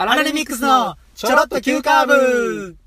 アラレミックスのちょろっと急カーブ。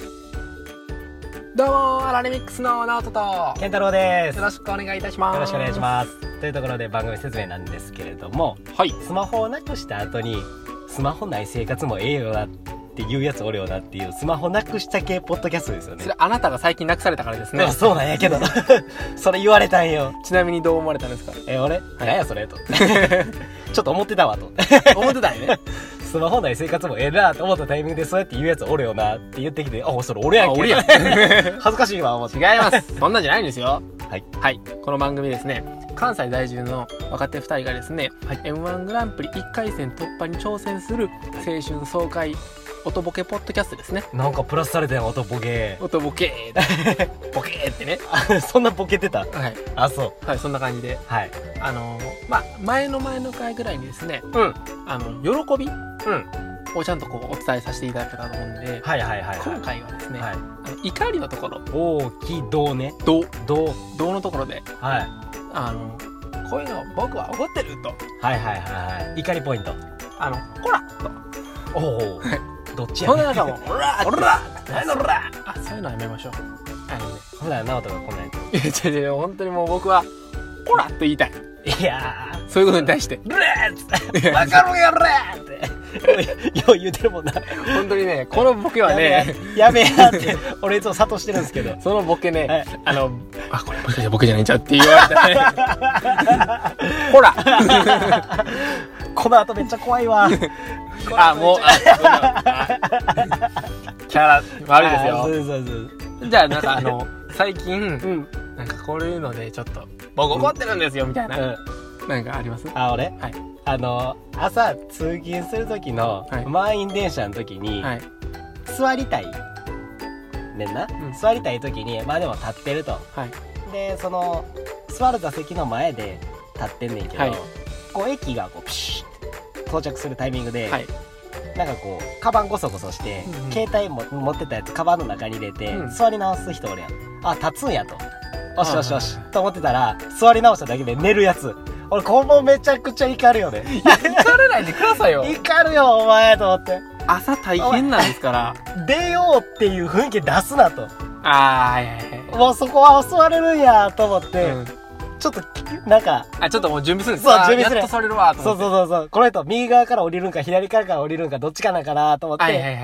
どうもアラレミックスのナオトと健太郎です。 よろしくお願いいたします。 よろしくお願いします。というところで番組説明なんですけれども、 はい。 スマホをなくした後にスマホない生活もええよなっていうやつおるよなっていうスマホなくした系ポッドキャストですよね。 それあなたが最近なくされたからですね。 そうなんやけどそれ言われたんよ。 ちなみにどう思われたんですか？ 俺、なんやそれとちょっと思ってたわと思ってたよね。 スマホない生活もええなと思ったタイミングでそうやって言うやつおるよなって言ってきて、それ俺やんけ。 俺やん恥ずかしいわ思って。 違います。そんなんじゃないんですよ。 はいはい。この番組ですね、関西在住の若手2人がですね、 はい、 M1 グランプリ1回戦突破に挑戦する青春爽快音ボケポッドキャストですね。 なんかプラスされたよ、音ボケ。 音ボケボケってね。 そんなボケてた？ はい。 そう。 はい、そんな感じで。 はい。 前の回ぐらいにですね、 うん。 喜びうん。 をちゃんとこうお伝えさせていただけたと思うんで、 はいはいはい。 今回はですね、 はい、 怒りのところ。 大きい銅ね。 銅のところで、 はい。 こういうの僕は怒ってると。 はいはいはいはい。怒りポイント。 こらと。 おお。どっちやそんな中も、おらおら何のおらそういうのはやめましょう。 ほら、直人がこんなんやつ。いや、本当にもう僕は、こらと言いたい。 いやー。 そういうことに対して。 ブレーって。わかるやろって。よう言うてるもんな。 本当にね、このボケはね、 やべえやって、俺いつも諭してるんですけど。 そのボケね、これボケじゃないんちゃうって言われたね。ほらこの後めっちゃ怖いわ。 もう、キャラ悪いですよ。そう。じゃあ、なんか最近、なんかこういうのでちょっと、僕怒ってるんですよ、みたいな。なんかあります？ 俺？はい。朝通勤する時の満員電車の時に、座りたいねんな。座りたい時に、まあでも立ってると。で、座る座席の前で立ってんねんけど、こう駅がこうピシッ到着するタイミングで、なんかこうカバンゴソゴソして、携帯持ってたやつカバンの中に入れて、座り直す人おるやん。立つんやと。よしよしよしと思ってたら、座り直しただけで寝るやつ。俺このめちゃくちゃ怒るよね。 いや、怒らないでくださいよ。 怒るよお前と思って。 朝大変なんですから。 出ようっていう雰囲気出すなと。もうそこは座れるんやと思って、ちょっとなんかちょっともう準備するんです。 そう、準備する。 やっと座れるわと思って。 そう。この人右側から降りるんか左側から降りるんかどっちかなんかなと思って、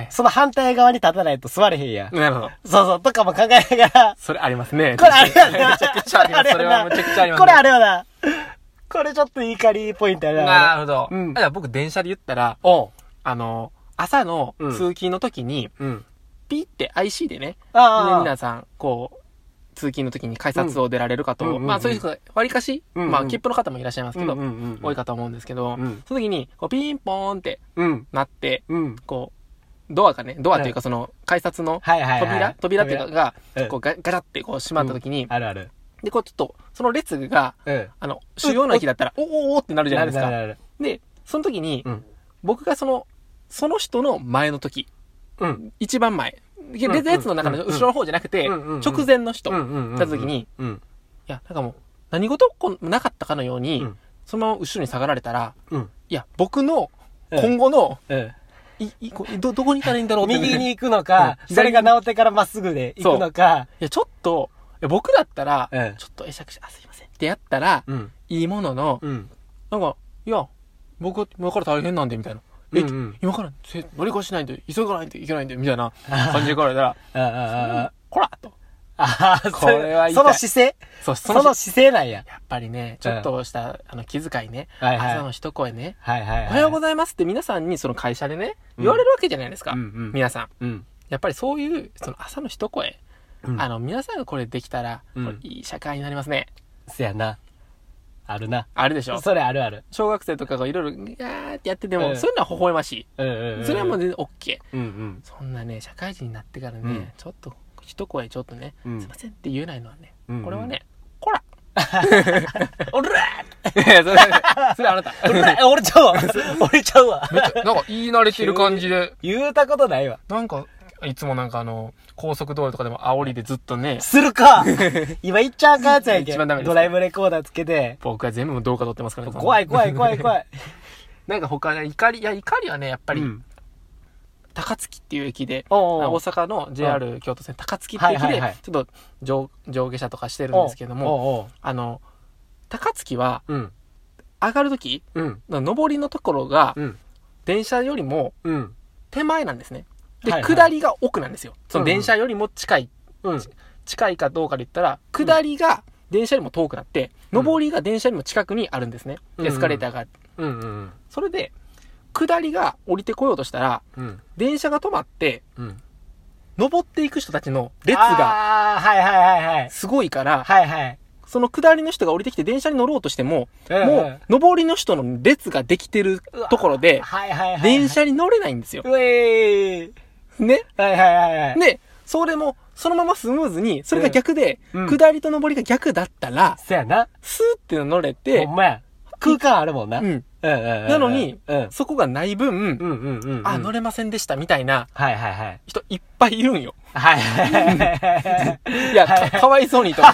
その反対側に立たないと座れへんや。 なるほど。 そうとかも考えながら。 それありますね。 これあれよな。 めちゃくちゃあります。それはめちゃくちゃあります。 これあれよな。これちょっと怒りポイントやな。 なるほど。じゃあ僕電車で言ったら、朝の通勤の時に、ピって IC でね、皆さん、こう、通勤の時に改札を出られるかと、そういう人が割かし、切符の方もいらっしゃいますけど、多いかと思うんですけど、その時に、こうピンポーンってなって、こう、ドアっていうかその、改札の扉っていうかが、こうガチャってこう閉まった時に、で、こうちょっと、その列が、主要な駅だったら、おーってなるじゃないですか。で、その時に、僕がその人の前の時、一番前、列の中の後ろの方じゃなくて、直前の人、だった時に、いや、なんかもう、何事なかったかのように、そのまま後ろに下がられたら、いや、僕の、今後の、どこに行ったらいいんだろうって。 右に行くのか、それが直ってからまっすぐで行くのか。 いや、ちょっと、僕だったら、ちょっと会釈して、すいませんってやったら、いいものの、なんか、いや、僕、今から大変なんで、みたいな。今から乗り越しないと、急がないといけないんで、みたいな感じで来られたら、こらと。これはその姿勢その姿勢なんや。 やっぱりね、ちょっとした気遣いね、朝の一声ね、おはようございますって皆さんにその会社でね、言われるわけじゃないですか。皆さん。やっぱりそういう、その朝の一声、皆さんがこれできたら、いい社会になりますね。 せやな。あるな。 あるでしょ。 それあるある。 小学生とかがいろいろ、ガーってやってても、そういうのは微笑ましい。それはもう全然 OK。そんなね、社会人になってからね、ちょっと、一声ちょっとね、すいませんって言えないのはね、これはね、こらおらそれあなた。 俺ちゃうわ。俺ちゃうわ。 なんか言い慣れてる感じで。 言うたことないわ。 なんか、いつもなんか高速道路とかでも煽りでずっとね。 するか今言っちゃうかやつやんけ。 一番ダメです。 ドライブレコーダーつけて。 僕は全部動画撮ってますからね。 怖い。 なんか他が怒りはね、やっぱり、 高槻っていう駅で、大阪の JR 京都線高槻って駅で、ちょっと上下車とかしてるんですけども、高槻は、上がるとき、上りのところが、電車よりも、手前なんですね。で、下りが奥なんですよ。その電車よりも近い。近いかどうかで言ったら、下りが電車よりも遠くなって、上りが電車よりも近くにあるんですね。エスカレーターが。それで、下りが降りてこようとしたら、電車が止まって、登っていく人たちの列が、すごいから、その下りの人が降りてきて電車に乗ろうとしても、もう、上りの人の列ができてるところで、電車に乗れないんですよ。ね。で、それも、そのままスムーズに、それが逆で、下りと上りが逆だったら、スーって乗れて、 ほんまや。空間あるもんな。 なのに、そこがない分、乗れませんでしたみたいな人いっぱいいるんよ。いや、かわいそうにと思って。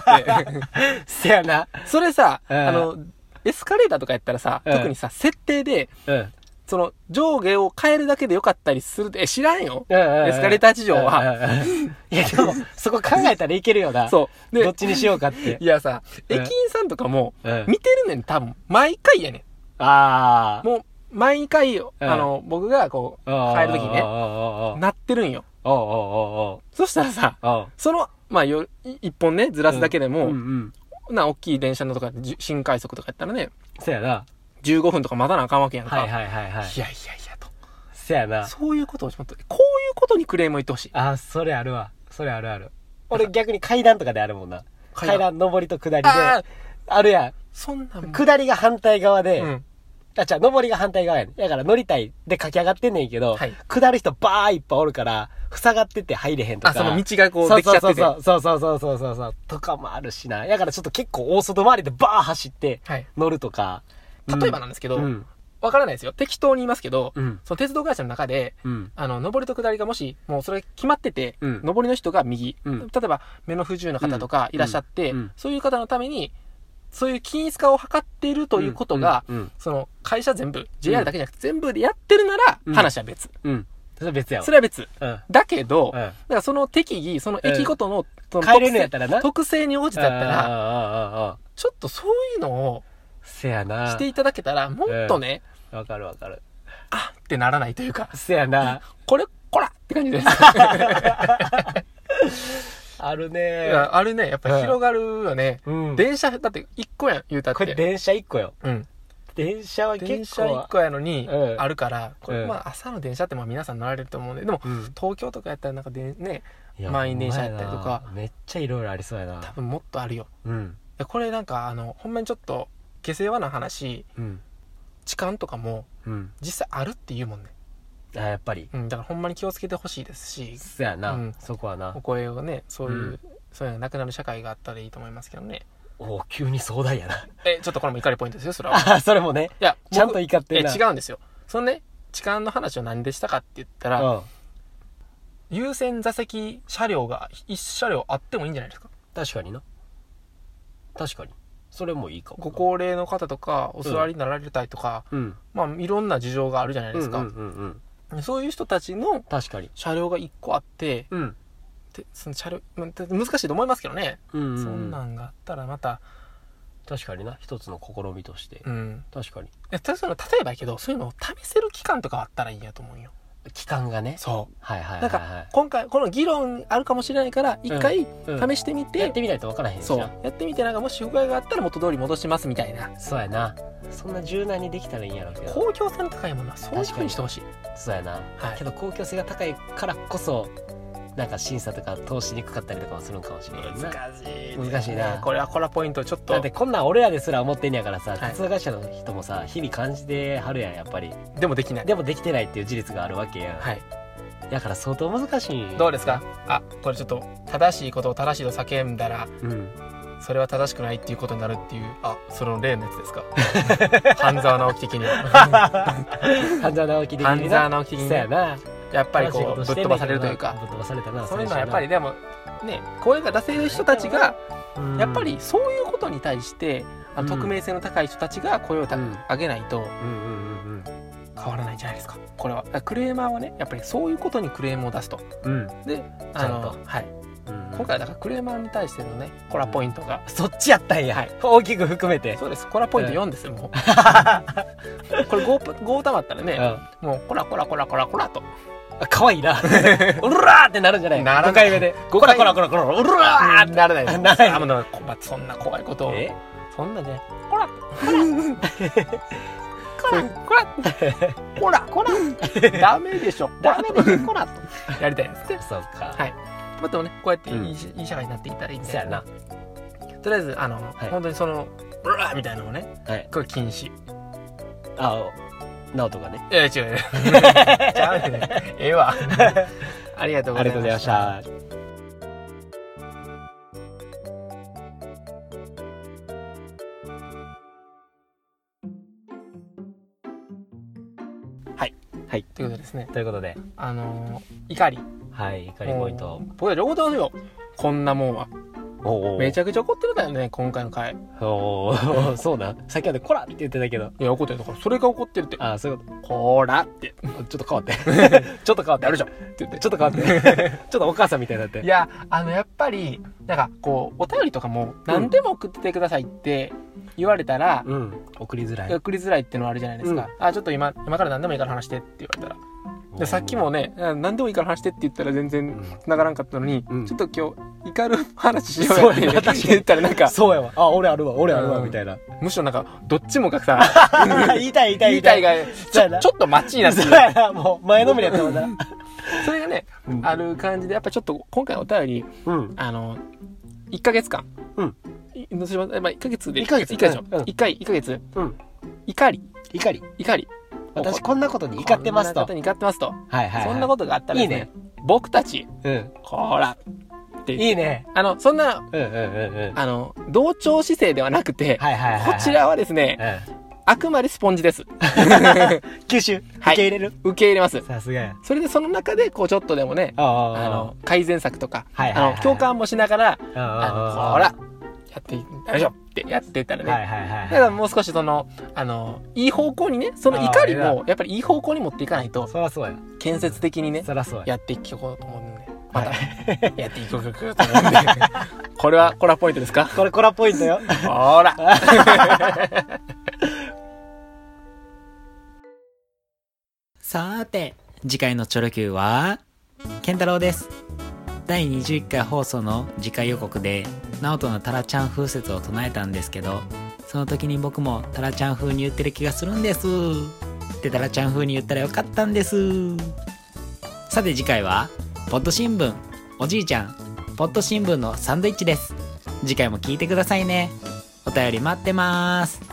せやな。 それさ、エスカレーターとかやったらさ、特にさ、設定で、その上下を変えるだけでよかったりするって知らんよ。エスカレーター事情は。 いやでも、そこ考えたらいけるよな。そう。で、どっちにしようかって。 いやさ、駅員さんとかも、見てるねん、多分。毎回やねん。もう、毎回、僕がこう、帰るときにね、なってるんよ。そしたらさ、その、一本ね、ずらすだけでも、大きい電車のとか、新快速とかやったらね、 そうやな。 15分とか待たなあかんわけやんか。いやと。 せやな。 そういうことを、こういうことにクレームを言ってほしい。 それあるわ。それあるある。俺逆に階段とかであるもんな。階段上りと下りで。あるやん。 そんなもん。 下りが反対側で、上りが反対側やん。だから乗りたいで駆け上がってんねんけど、下る人バーいっぱいおるから、塞がってて入れへんとか。 その道がこうできちゃってて。 そう。とかもあるしな。だからちょっと結構大外回りでバー走って乗るとか。 例えばなんですけど、わからないですよ。適当に言いますけど、その鉄道会社の中で、上りと下りがもし、もうそれ決まってて、上りの人が右、例えば目の不自由な方とかいらっしゃって、そういう方のために、そういう均一化を図っているということが、その会社全部、JR だけじゃなくて全部でやってるなら、話は別。 それは別やわ。 それは別。だけど、だからその適宜、その駅ごとの、特性に応じたったら、ちょっとそういうのを、 せやな。 していただけたら、もっとね、 わかる。 ってならないというか。 せやな。 こらって感じです。 あるね。 あるね。やっぱ広がるよね。電車、だって1個やん、言うたって。 これ電車1個よ。電車は結構。 電車1個やのに、あるから、これ朝の電車って皆さん乗られると思うんで、でも、東京とかやったらなんかね、満員電車やったりとか。 めっちゃいろいろありそうやな。 多分もっとあるよ。これなんか、ほんまにちょっと、下世話な話、痴漢とかも、実際あるって言うもんね。 やっぱり。 だからほんまに気をつけてほしいですし。 そうやな。そこはな。 お声をね、そういうのなくなる社会があったらいいと思いますけどね。 急に壮大やな。 ちょっとこれも怒りポイントですよ、それは。 それもね。いや、ちゃんと怒ってるな。 違うんですよ。そのね、痴漢の話を何でしたかって言ったら、優先座席車両が1車両あってもいいんじゃないですか。 確かにな。確かに。それもいいかも。 ご高齢の方とか、お座りになられたいとか、いろんな事情があるじゃないですか。そういう人たちの車両が1個あって、その車両、難しいと思いますけどね。そんなんがあったらまた。 確かにな。一つの試みとして。確かに。 例えばやけど、そういうのを試せる期間とかあったらいいやと思うよ。 期間がね。 そう。なんか、今回、この議論あるかもしれないから、一回試してみて。 やってみないと分からへんし。 そう。やってみて、なんかもし不具合があったら元通り戻しますみたいな。 そうやな。そんな柔軟にできたらいいんやろうけど。 公共性の高いものはそういう風にしてほしい。 そうやな。けど公共性が高いからこそ、なんか審査とか通しにくかったりとかはするんかもしれないな。難しいな。 これはポイントちょっと。 だってこんなん俺らですら思ってんやからさ、鉄道会社の人もさ、日々感じてはるやん、やっぱり。 でもできない。 でもできてないっていう事実があるわけやん。だから相当難しい。 どうですか？これちょっと正しいことを正しいと叫んだら、それは正しくないっていうことになるっていう、その例のやつですか？半沢直樹的には。 半沢直樹的に。 半沢直樹的に。 そうやな。 やっぱりこうぶっ飛ばされるというか。 ぶっ飛ばされたな。 そういうのはやっぱりでもね、声が出せる人たちがやっぱりそういうことに対して匿名性の高い人たちが声を上げないと変わらないじゃないですか、これは。クレーマーはね、やっぱりそういうことにクレームを出すと。で、はい。今回だからクレーマーに対してのね、コラポイントが、 そっちやったんや。大きく含めて。 そうです。コラポイント4ですよ、もう。これ5溜まったらね、もうコラコラコラコラコラと。 かわいいな。うるらーってなるんじゃない？ 5 回目で。コラコラコラコラ、うるらーってならないです。ならない。そんな怖いことを。そんなね、コラコラコラダメでしょ。ダメでしょ、コラと。やりたいですね。 そうか。 はい。でもね、こうやっていい社会になっていったらいいんだよな。とりあえず、本当にその、うらーみたいなのをね、これ禁止。 ナオトがね。 いや、違う。ちゃうね。ええわ。ありがとうございました。はい。ということですね。 ということで。 怒り。 はい、怒りポイント。 僕は冗談ですよ。こんなもんは。めちゃくちゃ怒ってるんだよね、今回の回。 そうだ。さっきまでコラって言ってたけど。 いや、怒ってる。だから、それが怒ってるって。 そういうこと。 コラって。 ちょっと変わって。ちょっと変わって。 あるじゃん。 って言って。ちょっと変わって。ちょっとお母さんみたいになって。 いや、やっぱり、なんか、こう、お便りとかも、何でも送ってくださいって言われたら、 送りづらい。 送りづらいっていうのはあるじゃないですか。ちょっと今から何でもいいから話してって言われたら。でさっきもね、何でもいいから話してって言ったら全然繋がらんかったのに、ちょっと今日怒る話しようやって言ったらなんか、 そうやわ。俺あるわみたいな。 むしろなんかどっちもがさ、 言いたいがちょっとマッチになってる。 そうやな、もう前のめりやったもんな。 それがね、ある感じでやっぱちょっと今回お便り、1ヶ月間、1ヶ月で1ヶ月1ヶ月、怒り。 私こんなことに怒ってますと。 そんなことがあったらですね、僕たち、こらって。 いいね。 そんな、同調姿勢ではなくて、こちらはですね、あくまでスポンジです。 吸収受け入れる？ 受け入れます。 さすがや。 それでその中で、こうちょっとでもね、改善策とか、共感もしながら、こらやっていい大丈夫ってやってたらね。だからもう少しいい方向にね、その怒りもやっぱりいい方向に持っていかないと、 そらそうや。 建設的にね、やっていこうと思うんで、またやっていこうと思うんで、これはコラポイントですか？ これコラポイントよ。 ほら。 さて、次回のチョロ Q は、健太郎です。第21回放送の次回予告でナオトのタラちゃん風説を唱えたんですけど、その時に僕もタラちゃん風に言ってる気がするんですで、タラちゃん風に言ったらよかったんです。さて次回はポッド新聞おじいちゃんポッド新聞のサンドイッチです。次回も聞いてくださいね。お便り待ってます。